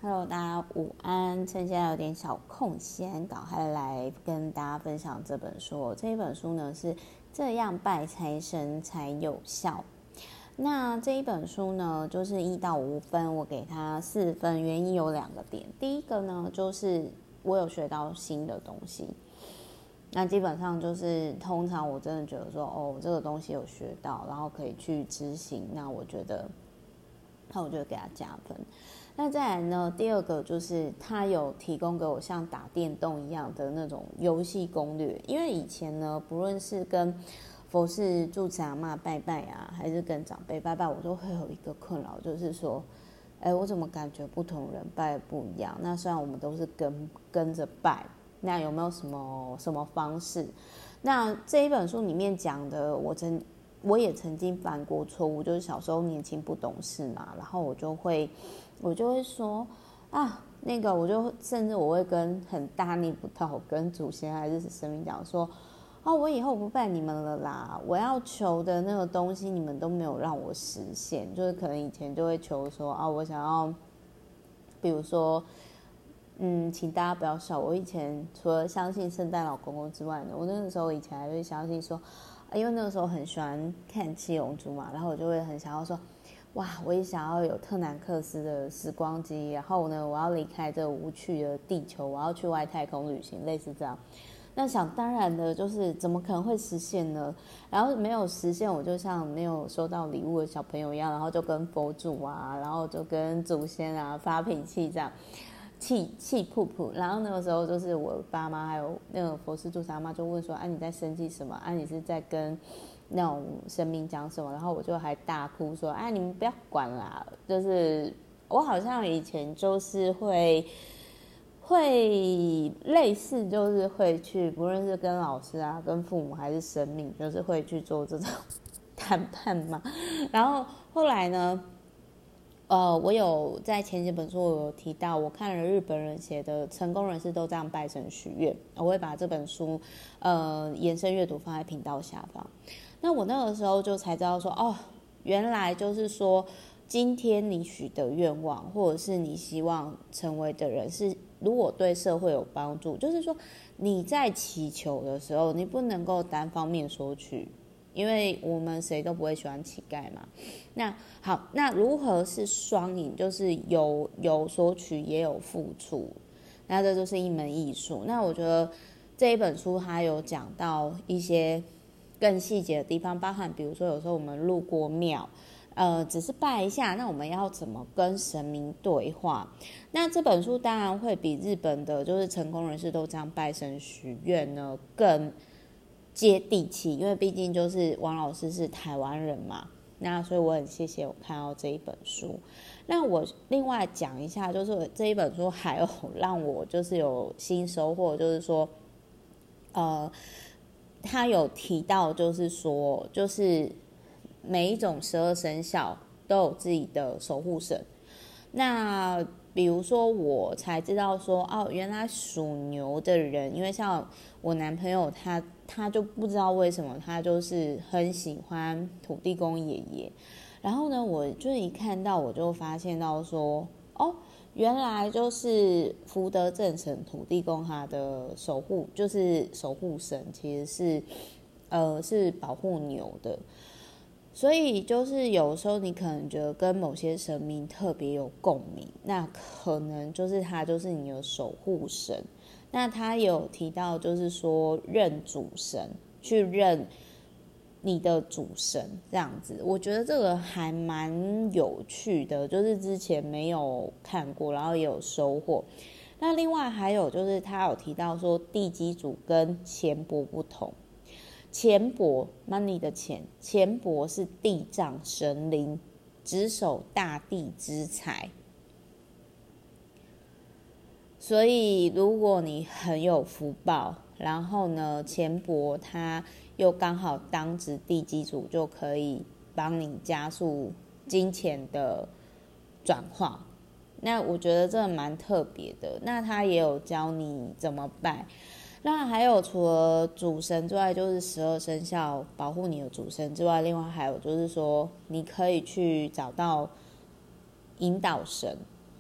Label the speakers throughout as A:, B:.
A: Hello，大家午安。趁现在有点小空闲，赶快来跟大家分享这本书。这一本书呢是这样拜财神才有效。那这一本书呢，就是1到5分，我给它4分，原因有2个点。第一个呢，就是我有学到新的东西。那基本上就是通常我真的觉得说，这个东西有学到，然后可以去执行，那我就给它加分。那再来呢，第二个就是他有提供给我像打电动一样的那种游戏攻略。因为以前呢，不论是跟佛事住持阿嬷拜拜啊，还是跟长辈拜拜，我都会有一个困扰，就是说我怎么感觉不同人拜不一样？那虽然我们都是跟着拜，那有没有什么方式？那这一本书里面讲的，我也曾经犯过错误，就是小时候年轻不懂事嘛，然后我就会说那个甚至我会跟很大逆不道，跟祖先还是神明讲说，我以后不拜你们了啦，我要求的那个东西你们都没有让我实现。就是可能以前就会求说我想要，比如说请大家不要笑，我以前除了相信圣诞老公公之外呢，我那个时候以前还会相信说，因为那个时候很喜欢看七龙珠嘛，然后我就会很想要说，我也想要有特南克斯的时光机，然后呢，我要离开这无趣的地球，我要去外太空旅行，类似这样。那想当然的就是怎么可能会实现呢？然后没有实现，我就像没有收到礼物的小朋友一样，然后就跟佛祖啊，然后就跟祖先啊发脾气这样。气噗噗。然后那个时候就是我爸妈还有那个佛事住持阿嬷就问说，你在生气什么？你是在跟那种神明讲什么？然后我就还大哭说，你们不要管啦。就是我好像以前就是会类似，就是会去，不论是跟老师啊、跟父母还是神明，就是会去做这种谈判嘛。然后后来呢？我有在前几本书我有提到，我看了日本人写的成功人士都这样拜神许愿，我会把这本书延伸阅读放在频道下方。那我那个时候就才知道说，原来就是说，今天你许的愿望，或者是你希望成为的人，是如果对社会有帮助，就是说你在祈求的时候，你不能够单方面索取。因为我们谁都不会喜欢乞丐嘛。那好，那如何是双赢？就是有索取也有付出，那这就是一门艺术。那我觉得这一本书它有讲到一些更细节的地方，包含比如说有时候我们路过庙，只是拜一下，那我们要怎么跟神明对话？那这本书当然会比日本的就是成功人士都这样拜神许愿呢更接地气，因为毕竟就是王老师是台湾人嘛，那所以我很谢谢我看到这一本书。那我另外讲一下，就是这一本书还有让我就是有新收获，就是说他有提到就是说，就是每一种12生肖都有自己的守护神。那比如说我才知道说，原来属牛的人，因为像我男朋友他就不知道为什么他就是很喜欢土地公爷爷。然后呢，我就一看到我就发现到说，原来就是福德正神土地公他的守护，就是守护神其实是保护牛的。所以就是有时候你可能觉得跟某些神明特别有共鸣，那可能就是他就是你的守护神。那他有提到就是说认主神，去认你的主神这样子，我觉得这个还蛮有趣的，就是之前没有看过，然后也有收获。那另外还有就是他有提到说地基主跟钱帛不同。钱帛 money 的钱帛是地藏神灵，只守大地之财。所以如果你很有福报，然后呢钱帛它又刚好当值地基主，就可以帮你加速金钱的转化。那我觉得这蛮特别的。那他也有教你怎么拜。那还有除了主神之外，就是12生肖保护你的主神之外，另外还有就是说你可以去找到引导神。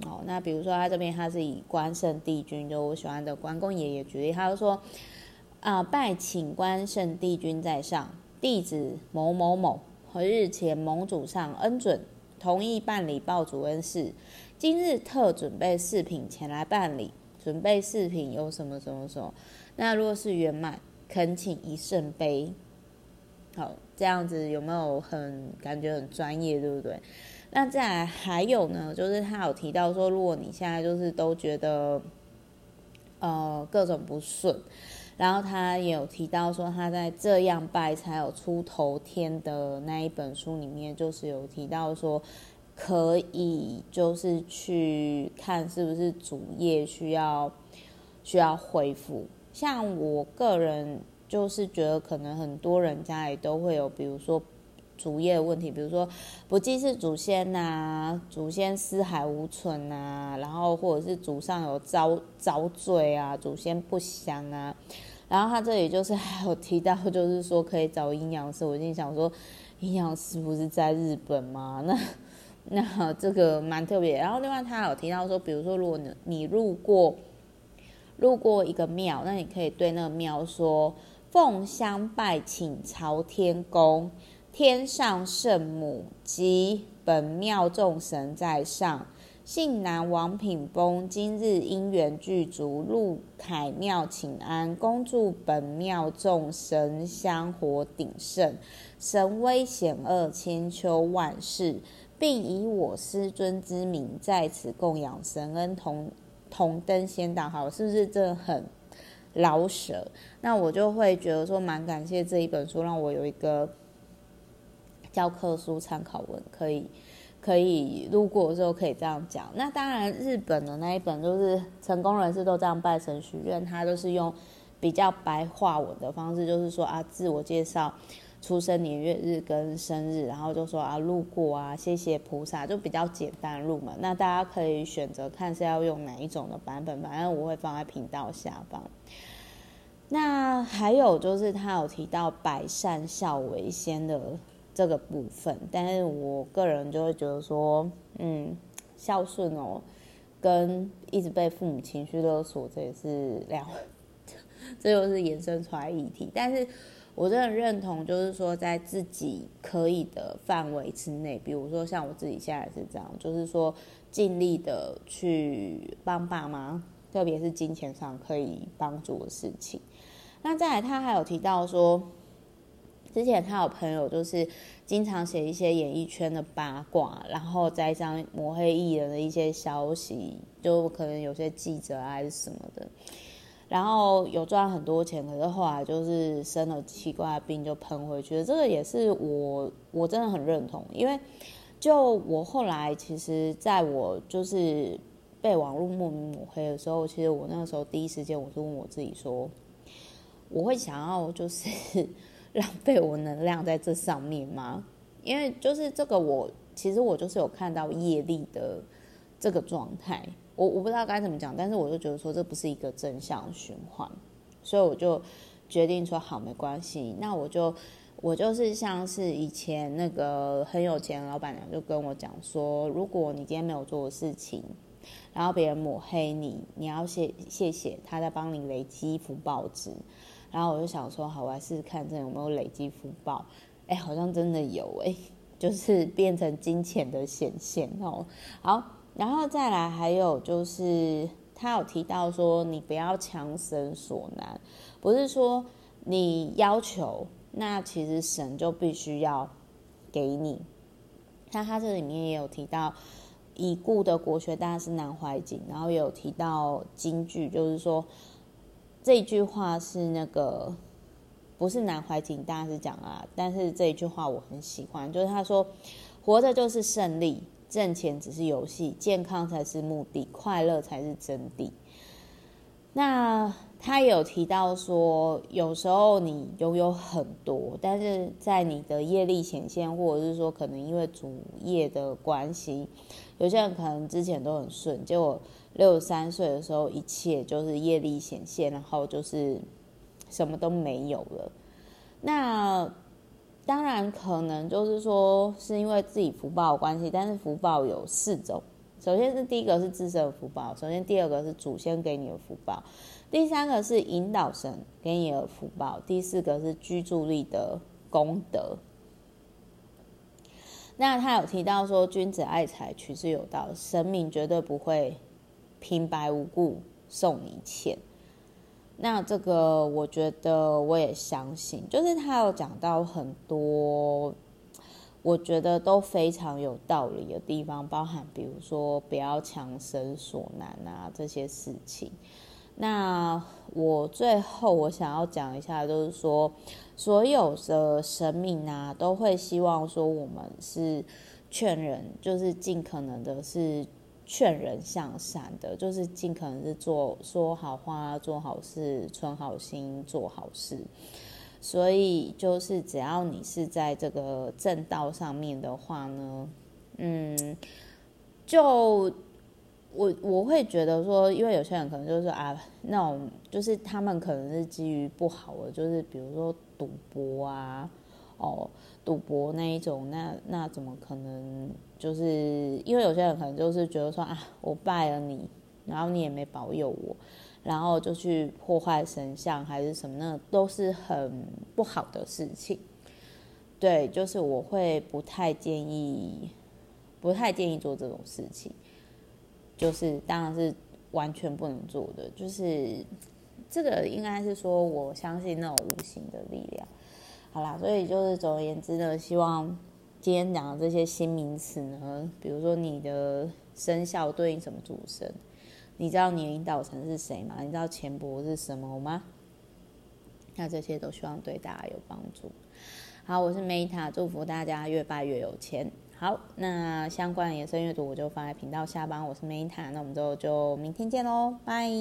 A: 那比如说他这边他是以关圣帝君，就我喜欢的关公爷爷举例，他就说拜请关圣帝君在上，弟子某某某日前蒙主上恩准，同意办理报主恩事，今日特准备饰品前来办理，准备饰品有什么什么什么，那如果是圆满，恳请一圣杯。好，这样子有没有感觉很专业，对不对？那再来还有呢，就是他有提到说，如果你现在就是都觉得各种不顺，然后他也有提到说，他在这样拜才有出头天的那一本书里面，就是有提到说，可以就是去看是不是主业需要恢复。像我个人就是觉得，可能很多人家里都会有，比如说主业的问题，比如说不祭祀祖先啊，祖先尸骸无存啊，然后或者是祖上有遭罪啊，祖先不祥啊。然后他这里就是还有提到，就是说可以找阴阳师。我心想说，阴阳师不是在日本吗？那这个蛮特别。然后另外他有提到说，比如说如果你路过一个庙，那你可以对那个庙说：奉香拜请朝天宫，天上圣母及本庙众神在上，幸南王品崩，今日因缘具足，入凯庙请安，恭祝本庙众神香火鼎盛，神威显赫，千秋万世，并以我师尊之名在此供养神恩，同登仙道。好，是不是真的很老舍？那我就会觉得说蛮感谢这一本书，让我有一个教科书参考文，可以路过的时候可以这样讲。那当然日本的那一本就是成功人士都这样拜神许愿，他都是用比较白话文的方式，就是说自我介绍，出生年月日跟生日，然后就说路过谢谢菩萨，就比较简单入门。那大家可以选择看是要用哪一种的版本，反正我会放在频道下方。那还有就是他有提到百善孝为先的这个部分，但是我个人就会觉得说，孝顺跟一直被父母情绪勒索，这也是这就是衍生出来议题。但是我真的认同，就是说在自己可以的范围之内，比如说像我自己现在是这样，就是说尽力的去帮爸妈，特别是金钱上可以帮助的事情。那再来他还有提到说，之前他有朋友就是经常写一些演艺圈的八卦，然后栽赃抹黑艺人的一些消息，就可能有些记者还是什么的，然后有赚很多钱，可是后来就是生了奇怪的病就喷回去了。这个也是我真的很认同，因为就我后来其实在我就是被网络莫名抹黑的时候，其实我那个时候第一时间我就问我自己说，我会想要就是浪费我能量在这上面吗？因为就是这个其实我就是有看到业力的这个状态，我不知道该怎么讲，但是我就觉得说这不是一个正向循环，所以我就决定说好，没关系，那我就是像是以前那个很有钱的老板娘就跟我讲说，如果你今天没有做的事情，然后别人抹黑你，你要谢谢他在帮你累积福报值。然后我就想说，好，我来试试看这有没有累积福报。好像真的有就是变成金钱的显现好，然后再来还有就是他有提到说，你不要强神所难，不是说你要求，那其实神就必须要给你。那他这里面也有提到已故的国学大师南怀瑾，然后也有提到金句，就是说这一句话是那个不是南怀瑾大师讲但是这一句话我很喜欢，就是他说，活着就是胜利，挣钱只是游戏，健康才是目的，快乐才是真谛。那他也有提到说，有时候你拥有很多，但是在你的业力显现，或者是说可能因为主业的关系，有些人可能之前都很顺，结果63岁的时候一切就是业力显现，然后就是什么都没有了。那当然可能就是说是因为自己福报的关系，但是福报有4种首先是第一个是自身的福报，首先第二个是祖先给你的福报，第三个是引导神给你的福报，第四个是居住力的功德。那他有提到说，君子爱财，取之有道，神明绝对不会平白无故送你钱。那这个我觉得我也相信，就是他有讲到很多我觉得都非常有道理的地方，包含比如说不要强伸所难啊这些事情。那我最后我想要讲一下，就是说所有的神明啊都会希望说我们是劝人，就是尽可能的是劝人向善的，就是尽可能是说好话，做好事，存好心，做好事。所以就是只要你是在这个正道上面的话呢，就我会觉得说，因为有些人可能就是啊，那种就是他们可能是基于不好的，就是比如说赌博啊，赌博那一种，那怎么可能？就是因为有些人可能就是觉得说啊，我拜了你，然后你也没保佑我，然后就去破坏神像还是什么，那都是很不好的事情。对，就是我会不太建议做这种事情。就是当然是完全不能做的，就是这个应该是说我相信那种无形的力量。好啦，所以就是总而言之呢，希望今天讲的这些新名词呢，比如说你的生肖对应什么主神，你知道你的引导神是谁吗？你知道钱帛是什么吗？那这些都希望对大家有帮助。好，我是 Meta， 祝福大家越拜越有钱。好，那相关的延伸阅读我就放在频道下方。我是 Meta， 那我们就明天见喽，拜。